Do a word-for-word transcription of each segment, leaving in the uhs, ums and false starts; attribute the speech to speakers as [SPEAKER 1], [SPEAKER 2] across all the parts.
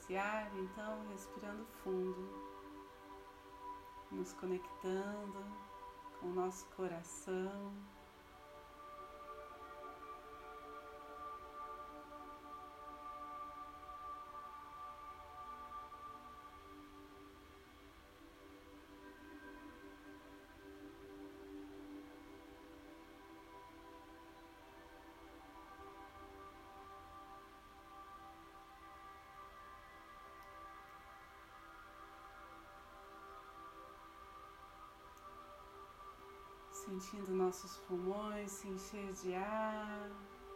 [SPEAKER 1] iniciar então respirando fundo, nos conectando com o nosso coração. Sentindo nossos pulmões se encher de ar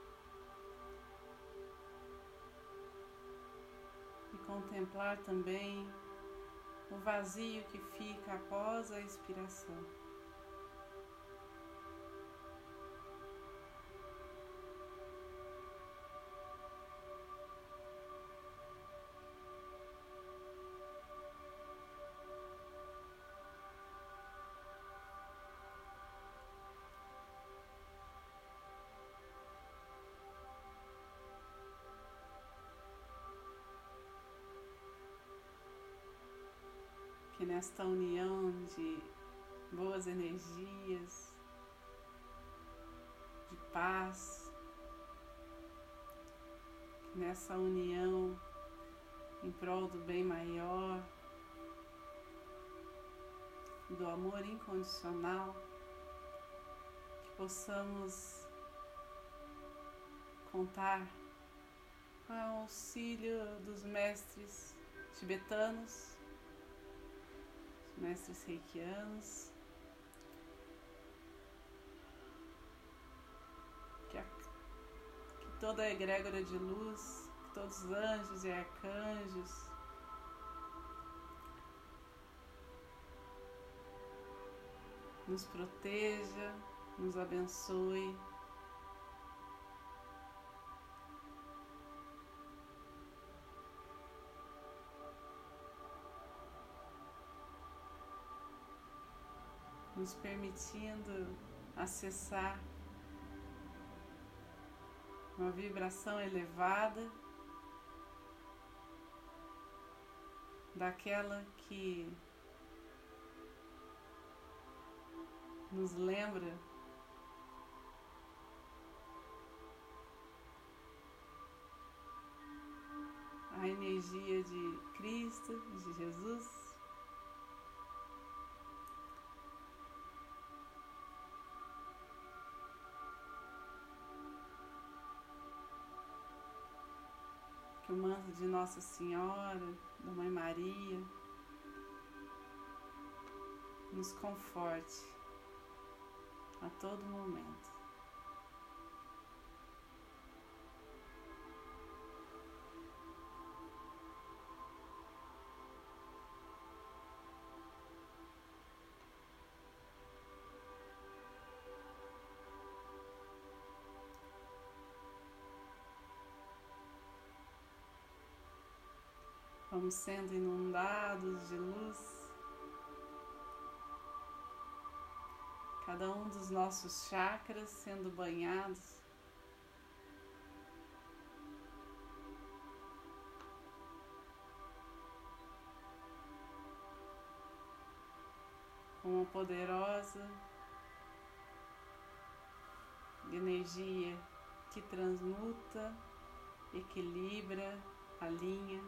[SPEAKER 1] e contemplar também o vazio que fica após a expiração. Que nesta união de boas energias, de paz, que nessa união em prol do bem maior, do amor incondicional, que possamos contar com o auxílio dos mestres tibetanos, mestres reikianos, que, a, que toda a egrégora de luz, que todos os anjos e arcanjos nos proteja, nos abençoe. Nos permitindo acessar uma vibração elevada, daquela que nos lembra a energia de Cristo, de Jesus. Que o manto de Nossa Senhora, da Mãe Maria, nos conforte a todo momento. Vamos sendo inundados de luz, cada um dos nossos chakras sendo banhados com uma poderosa energia que transmuta, equilibra, alinha.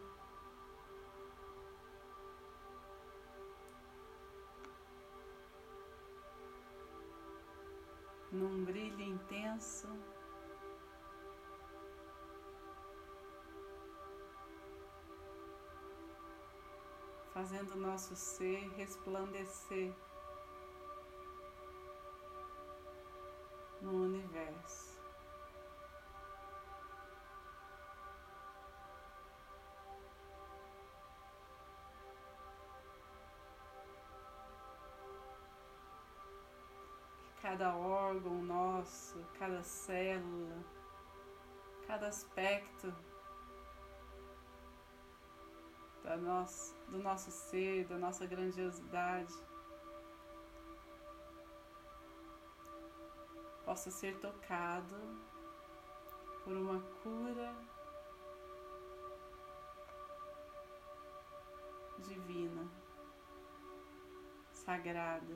[SPEAKER 1] Num brilho intenso, fazendo o nosso ser resplandecer no universo. Cada órgão nosso, cada célula, cada aspecto da nosso, do nosso ser, da nossa grandiosidade, possa ser tocado por uma cura divina, sagrada.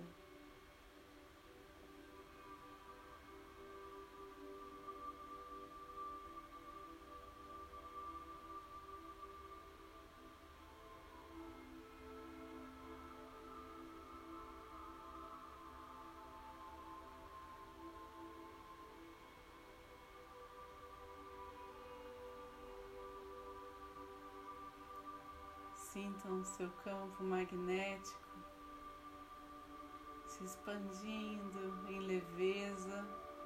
[SPEAKER 1] Sintam o seu campo magnético se expandindo em leveza,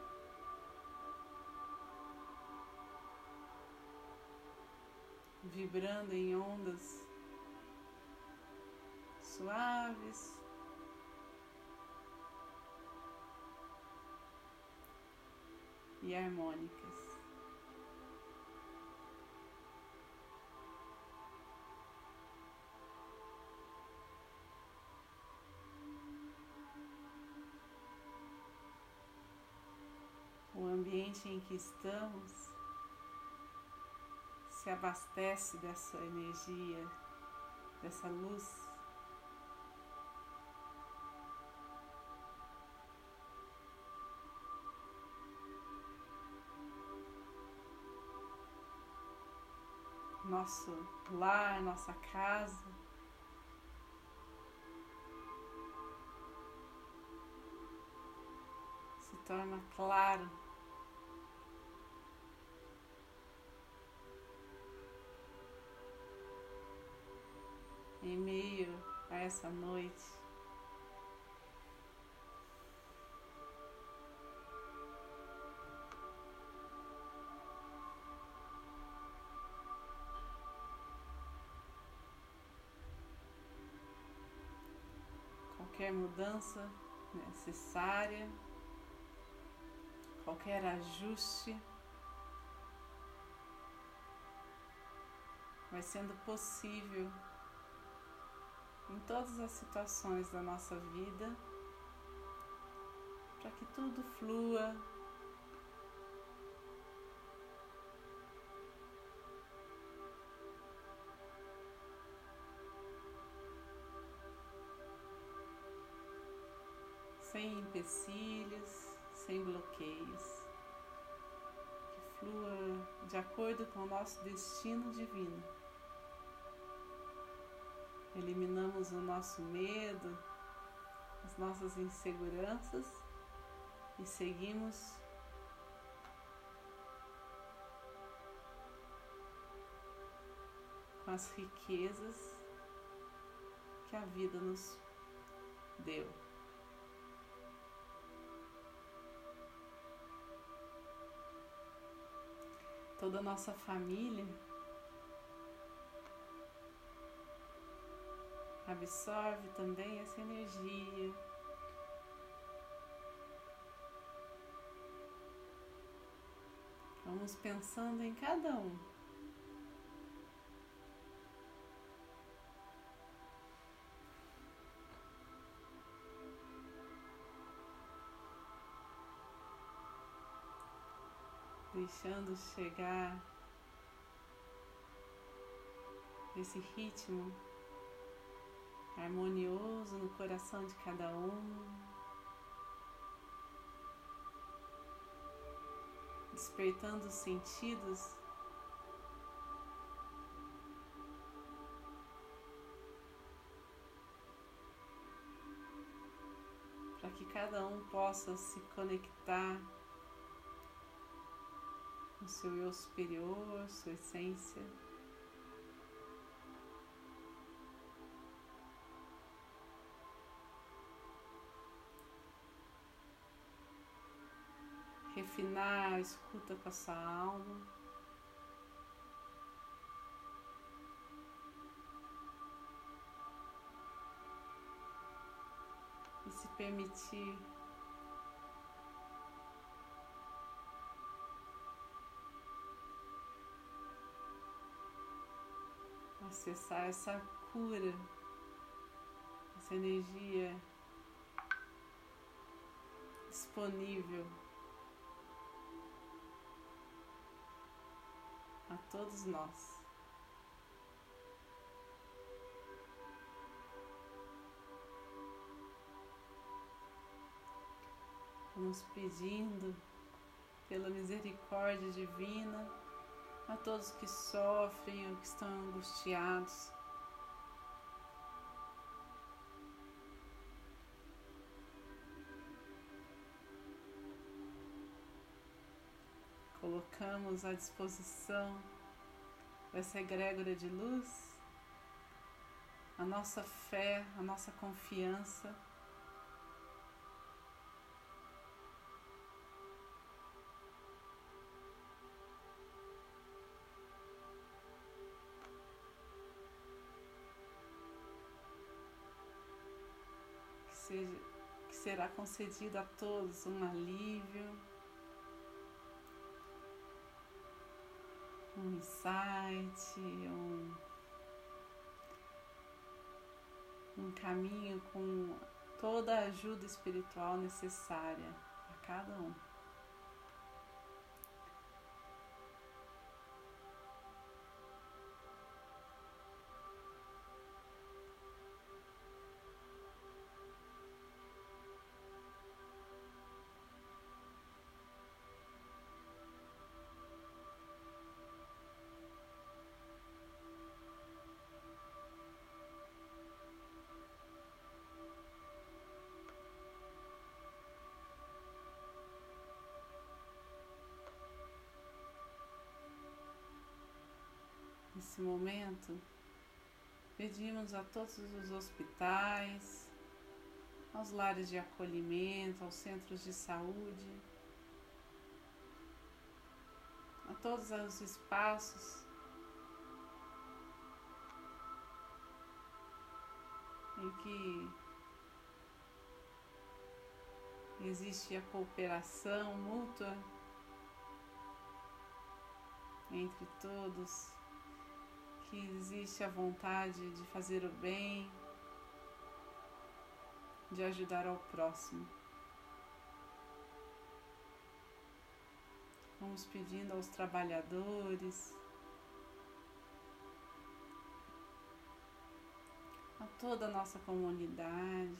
[SPEAKER 1] vibrando em ondas suaves e harmônicas. O ambiente em que estamos se abastece dessa energia, dessa luz. Nosso lar, nossa casa, se torna claro. Em meio a essa noite, qualquer mudança necessária, qualquer ajuste vai sendo possível em todas as situações da nossa vida, para que tudo flua sem empecilhos, sem bloqueios, que flua de acordo com o nosso destino divino. Eliminamos o nosso medo, as nossas inseguranças e seguimos com as riquezas que a vida nos deu. Toda a nossa família absorve também essa energia. Vamos pensando em cada um. Deixando chegar esse ritmo harmonioso no coração de cada um, despertando os sentidos para que cada um possa se conectar com seu eu superior, sua essência. Refinar a escuta com a sua alma. E se permitir acessar essa cura, essa energia disponível a todos nós. Vamos pedindo pela misericórdia divina a todos que sofrem ou que estão angustiados. Colocamos à disposição dessa egrégora de luz a nossa fé, a nossa confiança. Que, seja, que será concedido a todos um alívio, um insight, um, um caminho com toda a ajuda espiritual necessária a cada um. Nesse momento, pedimos a todos os hospitais, aos lares de acolhimento, aos centros de saúde, a todos os espaços em que existe a cooperação mútua entre todos, que existe a vontade de fazer o bem, de ajudar ao próximo. Vamos pedindo aos trabalhadores, a toda a nossa comunidade,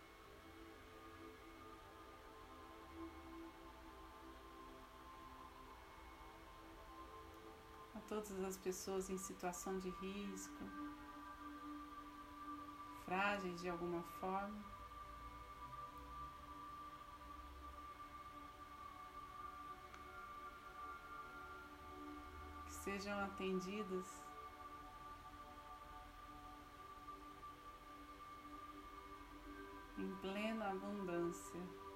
[SPEAKER 1] a todas as pessoas em situação de risco, frágeis de alguma forma, que sejam atendidas em plena abundância.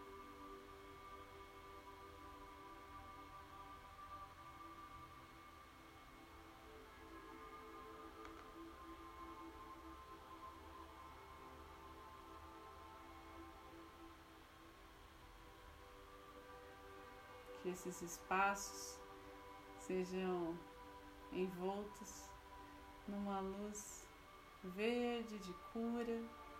[SPEAKER 1] Que esses espaços sejam envoltos numa luz verde de cura,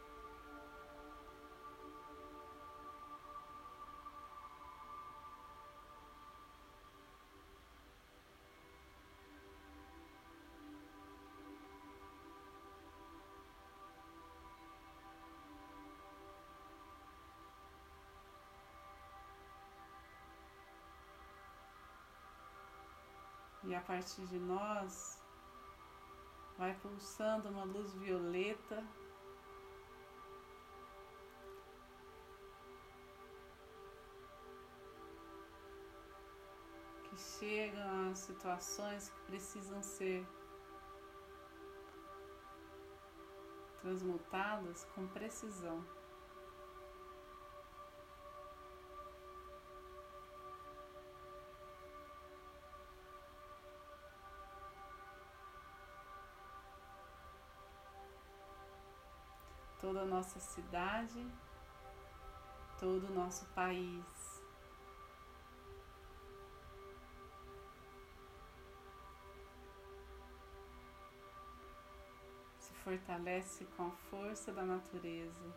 [SPEAKER 1] e a partir de nós vai pulsando uma luz violeta que chega às situações que precisam ser transmutadas com precisão. Toda a nossa cidade, todo o nosso país se fortalece com a força da natureza.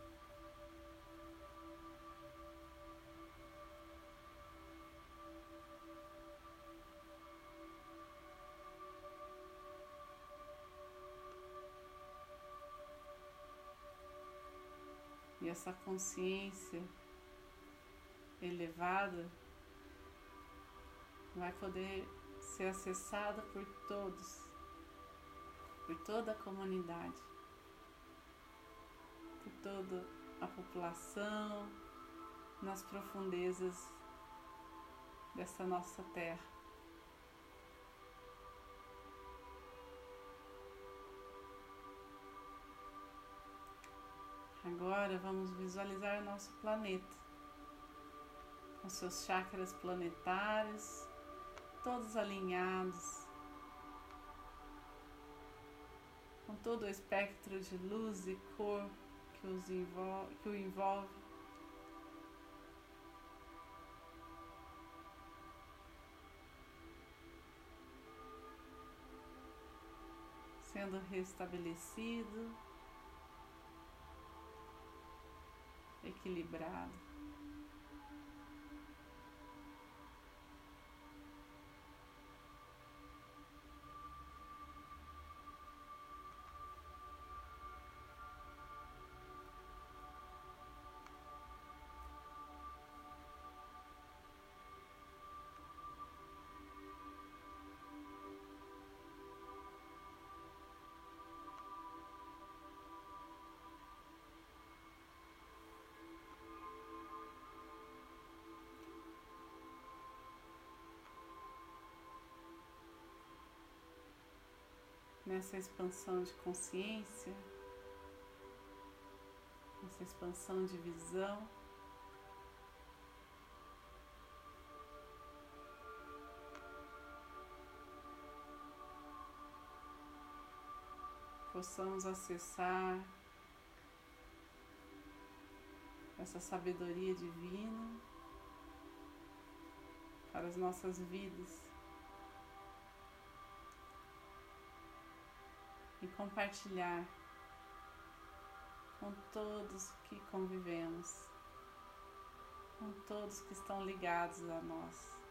[SPEAKER 1] E essa consciência elevada vai poder ser acessada por todos, por toda a comunidade, por toda a população, nas profundezas dessa nossa terra. Agora vamos visualizar o nosso planeta, com seus chakras planetários, todos alinhados, com todo o espectro de luz e cor que, os envolve, que o envolve. Sendo restabelecido, equilibrado. Nessa expansão de consciência, nessa expansão de visão, possamos acessar essa sabedoria divina para as nossas vidas. E compartilhar com todos que convivemos, com todos que estão ligados a nós.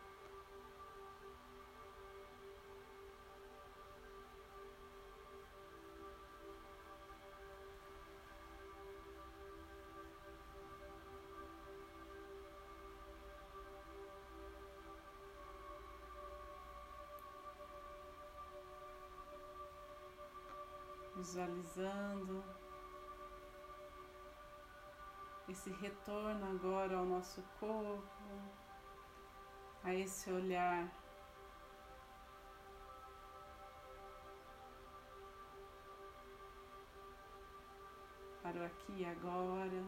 [SPEAKER 1] Visualizando esse retorno agora ao nosso corpo, a esse olhar para o aqui e agora,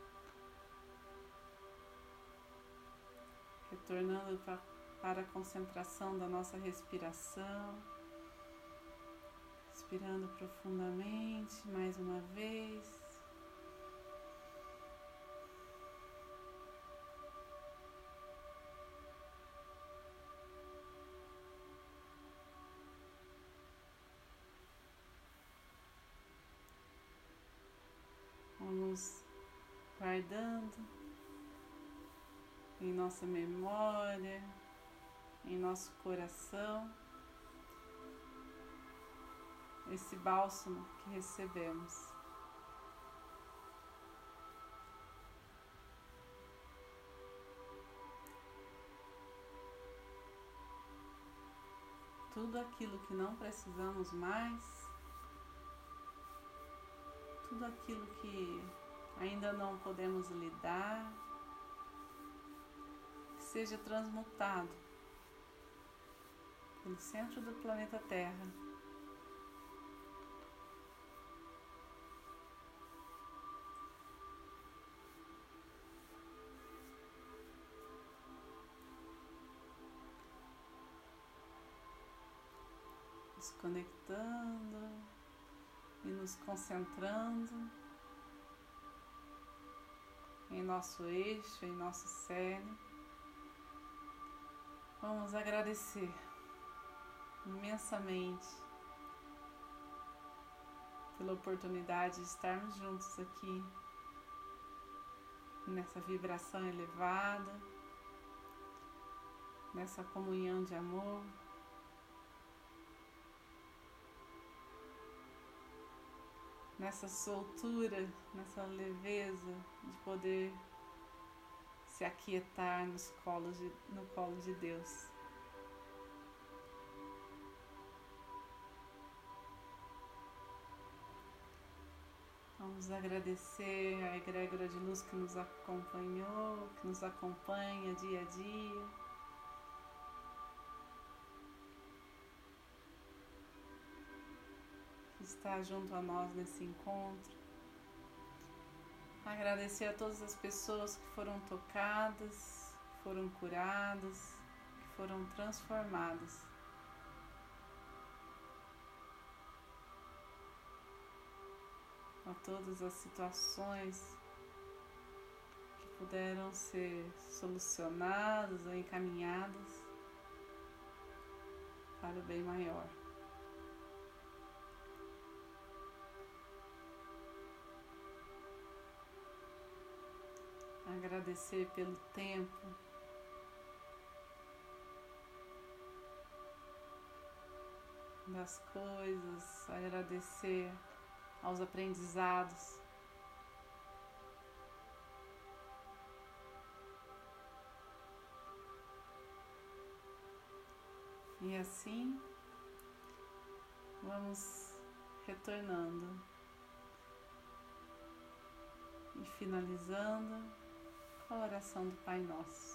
[SPEAKER 1] retornando para a concentração da nossa respiração. Respirando profundamente, mais uma vez. Vamos guardando em nossa memória, em nosso coração, esse bálsamo que recebemos. Tudo aquilo que não precisamos mais, tudo aquilo que ainda não podemos lidar, que seja transmutado pelo centro do planeta Terra. Nos conectando e nos concentrando em nosso eixo, em nosso cerne. Vamos agradecer imensamente pela oportunidade de estarmos juntos aqui nessa vibração elevada, nessa comunhão de amor. Nessa soltura, nessa leveza de poder se aquietar nos colos de, no colo de Deus. Vamos agradecer a egrégora de luz que nos acompanhou, que nos acompanha dia a dia. Que está junto a nós nesse encontro. Agradecer a todas as pessoas que foram tocadas, que foram curadas, que foram transformadas. A todas as situações que puderam ser solucionadas ou encaminhadas para o bem maior. Agradecer pelo tempo, das coisas, agradecer aos aprendizados. E assim, vamos retornando e finalizando com a oração do Pai Nosso.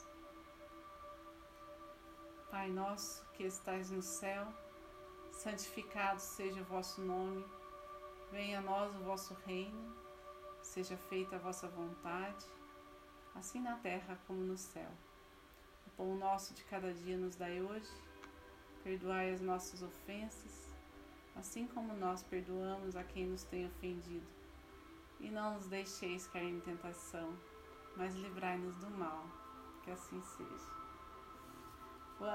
[SPEAKER 1] Pai nosso que estais no céu, santificado seja o vosso nome. Venha a nós o vosso reino, seja feita a vossa vontade, assim na terra como no céu. O pão nosso de cada dia nos dai hoje, perdoai as nossas ofensas, assim como nós perdoamos a quem nos tem ofendido. E não nos deixeis cair em tentação, mas livrai-nos do mal, que assim seja.